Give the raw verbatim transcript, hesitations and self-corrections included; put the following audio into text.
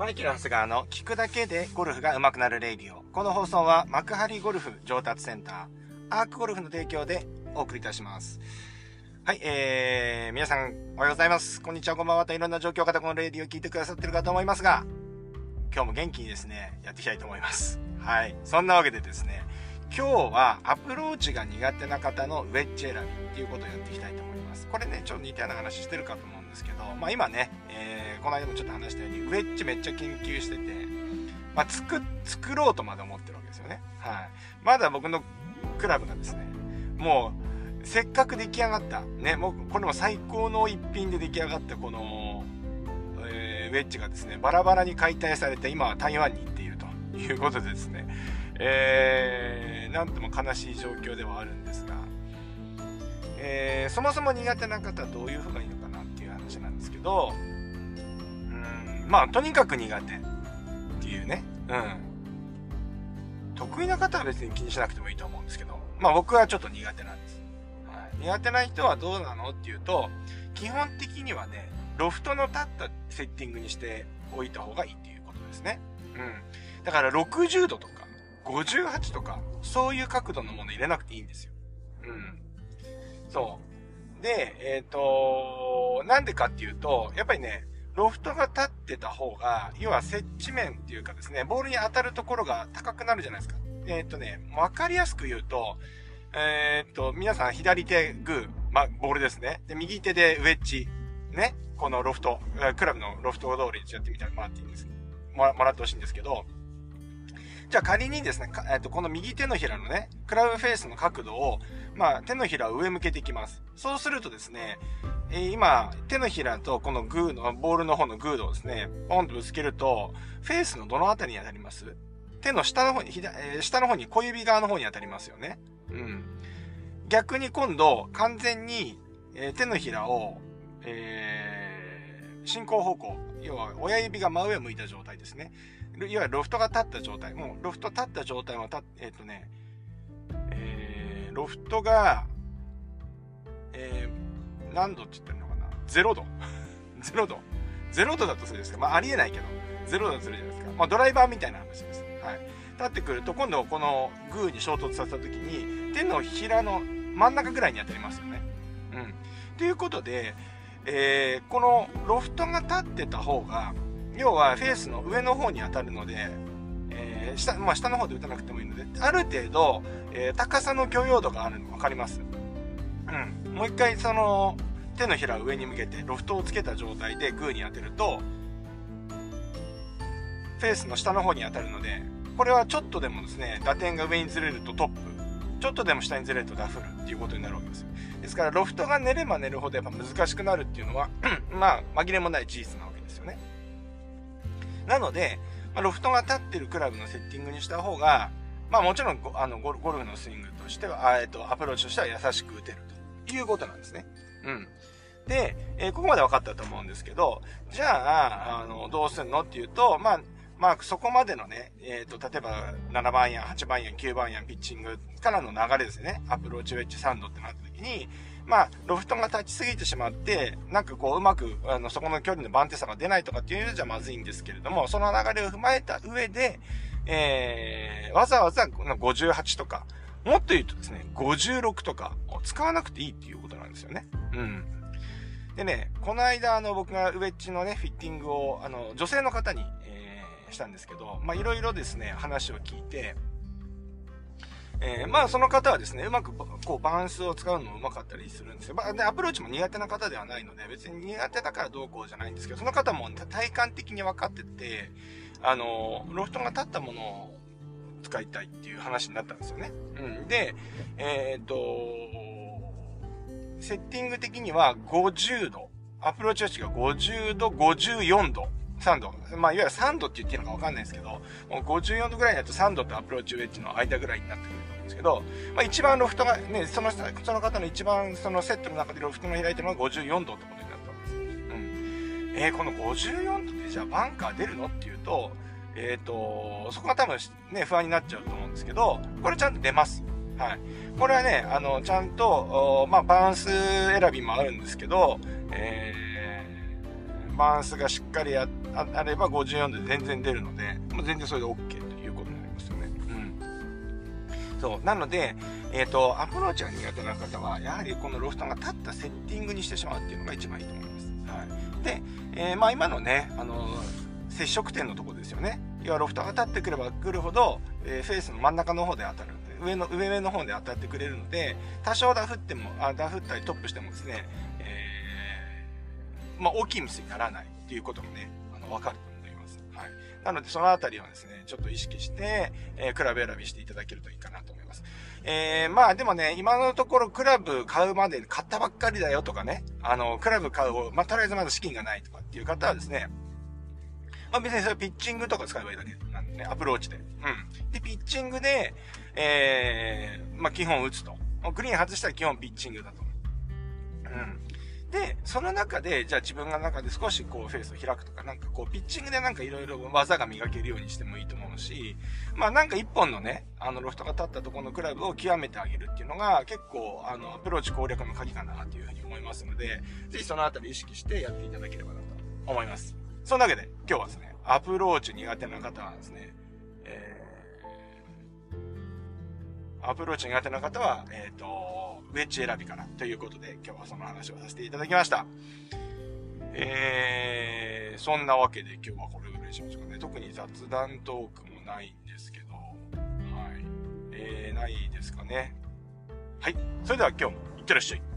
マイケル・ハスガーの聞くだけでゴルフが上手くなるレイディオ。この放送は幕張ゴルフ上達センター、アークゴルフの提供でお送りいたします。はい、えー、皆さんおはようございます。こんにちは、こんばんはといろんな状況からこのレイディオを聞いてくださってるかと思いますが、今日も元気にですね、やっていきたいと思います。はい、そんなわけでですね、今日はアプローチが苦手な方のウェッジ選びっていうことをやっていきたいと思います。これね、ちょっと似たような話してるかと思うんですけど、まあ今ね、えー、この間もちょっと話したように、ウェッジめっちゃ研究してて、まあ作、作ろうとまで思ってるわけですよね。はい。まだ僕のクラブがですね、もう、せっかく出来上がった、ね、もうこれも最高の一品で出来上がったこの、えー、ウェッジがですね、バラバラに解体されて、今は台湾に行っているということでですね、えー、なんとも悲しい状況ではあるんですが、えー、そもそも苦手な方はどういう風がいいのかなっていう話なんですけど、うーん、まあとにかく苦手っていうね、うん、得意な方は別に気にしなくてもいいと思うんですけど、まあ僕はちょっと苦手なんです、はい、苦手な人はどうなのっていうと、基本的にはね、ロフトの立ったセッティングにしておいた方がいいっていうことですね。うん、だからろくじゅうどとかごじゅうはちとかそういう角度のもの入れなくていいんですよ。うん。そう。で、えっと、なんでかっていうと、やっぱりね、ロフトが立ってた方が、要は接地面っていうかですね、ボールに当たるところが高くなるじゃないですか。えっとね、わかりやすく言うと、えっと、皆さん左手グー、ま、ボールですね。で、右手でウェッジ。ね。このロフト、クラブのロフト通りにやってみたらもらっていいんです。もら、もらってほしいんですけど、じゃあ仮にですね、えっと、この右手のひらのね、クラブフェースの角度を、まあ、手のひらを上向けていきます。そうするとですね、えー、今、手のひらとこのグーの、ボールの方のグードをですね、ポンとぶつけると、フェースのどのあたりに当たります？手の下の方に、ひだ、えー、下の方に、小指側の方に当たりますよね。うん。逆に今度、完全に、えー、手のひらを、えー、進行方向、要は親指が真上を向いた状態ですね。いわゆるロフトが立った状態。もうロフト立った状態もた、えっとね、えー、ロフトが、えー、何度って言ってるのかな ?ゼロ 度。ゼロ 度。ゼロ 度だとするんですか。まあ、ありえないけど、ゼロ 度だとするじゃないですか。まあ、ドライバーみたいな話です。はい。立ってくると、今度このグーに衝突させたときに、手のひらの真ん中ぐらいに当たりますよね。うん。ということで、えー、このロフトが立ってた方が、要はフェースの上の方に当たるので、えー、下、まあ下の方で打たなくてもいいので、ある程度、えー、高さの許容度があるの分かります。うん。もう一回その、手のひらを上に向けてロフトをつけた状態でグーに当てると、フェースの下の方に当たるので、これはちょっとでもですね、打点が上にずれるとトップ、ちょっとでも下にずれるとダフルっていうことになるわけですよ。ですからロフトが寝れば寝るほどやっぱ難しくなるっていうのは、まあ紛れもない事実なわけですよね。なので、まあ、ロフトが立ってるクラブのセッティングにした方が、まあもちろんあのゴルフのスイングとしては、あえっと、アプローチとしては優しく打てるということなんですね。うん。で、えー、ここまで分かったと思うんですけど、じゃあ、あの、どうするのっていうと、まあ、まあ、そこまでのね、えっと、例えばななばんやはちばんやきゅうばんやピッチングからの流れですね。アプローチウェッジサンドってなった時に、まあ、ロフトが立ちすぎてしまって、なんかこう、うまく、あの、そこの距離の番手差が出ないとかっていうのじゃまずいんですけれども、その流れを踏まえた上で、えー、わざわざごじゅうはちとか、もっと言うとですね、ごじゅうろくとかを使わなくていいっていうことなんですよね。うん。でね、この間、あの、僕がウェッジのね、フィッティングを、あの、女性の方に、えー、したんですけど、まあ、いろいろですね、話を聞いて、えー、まあその方はですね、うまくこうバランスを使うのもうまかったりするんですよ。まあ、でアプローチも苦手な方ではないので、別に苦手だからどうこうじゃないんですけど、その方も体感的に分かってて、あの、ロフトが立ったものを使いたいっていう話になったんですよね。うん。で、えっと、セッティング的にはごじゅうど、アプローチ位置がごじゅうど、ごじゅうよんど。さんど。まあ、いわゆるさんどって言っていいのかわかんないですけど、もうごじゅうよんどぐらいになるとさんどとアプローチウェッジの間ぐらいになってくると思うんですけど、まあ一番ロフトがね、その、その方の一番そのセットの中でロフトの開いてるのがごじゅうよんどってことになったわけですよ。うん。えー、このごじゅうよんどってじゃあバンカー出るのっていうと、えっと、そこが多分ね、不安になっちゃうと思うんですけど、これちゃんと出ます。はい。これはね、あの、ちゃんと、まあバランス選びもあるんですけど、えー、バランスがしっかりあって、 ああればごじゅうよんどで全然出るので、もう全然それで OK ということになりますよね。うん。そう。なので、えっと、アプローチが苦手な方は、やはりこのロフトが立ったセッティングにしてしまうっていうのが一番いいと思います。はい。で、えー、まあ今のね、あの、接触点のところですよね。要はロフトが立ってくればくるほど、えー、フェースの真ん中の方で当たる。上の、上の方で当たってくれるので、多少ダフっても、あダフったりトップしてもですね、えー、まあ大きいミスにならないっていうこともね、あの、わかると思います。はい。なのでそのあたりはですね、ちょっと意識して、えー、クラブ選びしていただけるといいかなと思います。えー、まあでもね、今のところクラブ買うまで買ったばっかりだよとかね、あの、クラブ買う、まあとりあえずまだ資金がないとかっていう方はですね、まあ別にそれピッチングとか使えばいいだけなんでね、アプローチで。うん。で、ピッチングで、えー、まあ基本打つと。グリーン外したら基本ピッチングだと。うん。で、その中で、じゃあ自分が中で少しこうフェースを開くとか、なんかこうピッチングでなんかいろいろ技が磨けるようにしてもいいと思うし、まあなんか一本のね、あのロフトが立ったところのクラブを極めてあげるっていうのが結構あのアプローチ攻略の鍵かなというふうに思いますので、ぜひそのあたり意識してやっていただければなと思います。そんなわけで今日はですね、アプローチ苦手な方はですね、えー、アプローチ苦手な方は、えっと、ウェッジ選びからということで、今日はその話をさせていただきました。えー、そんなわけで今日はこれぐらいにしましょうかね。特に雑談トークもないんですけど、はい。えー、ないですかね。はい。それでは今日もいってらっしゃい。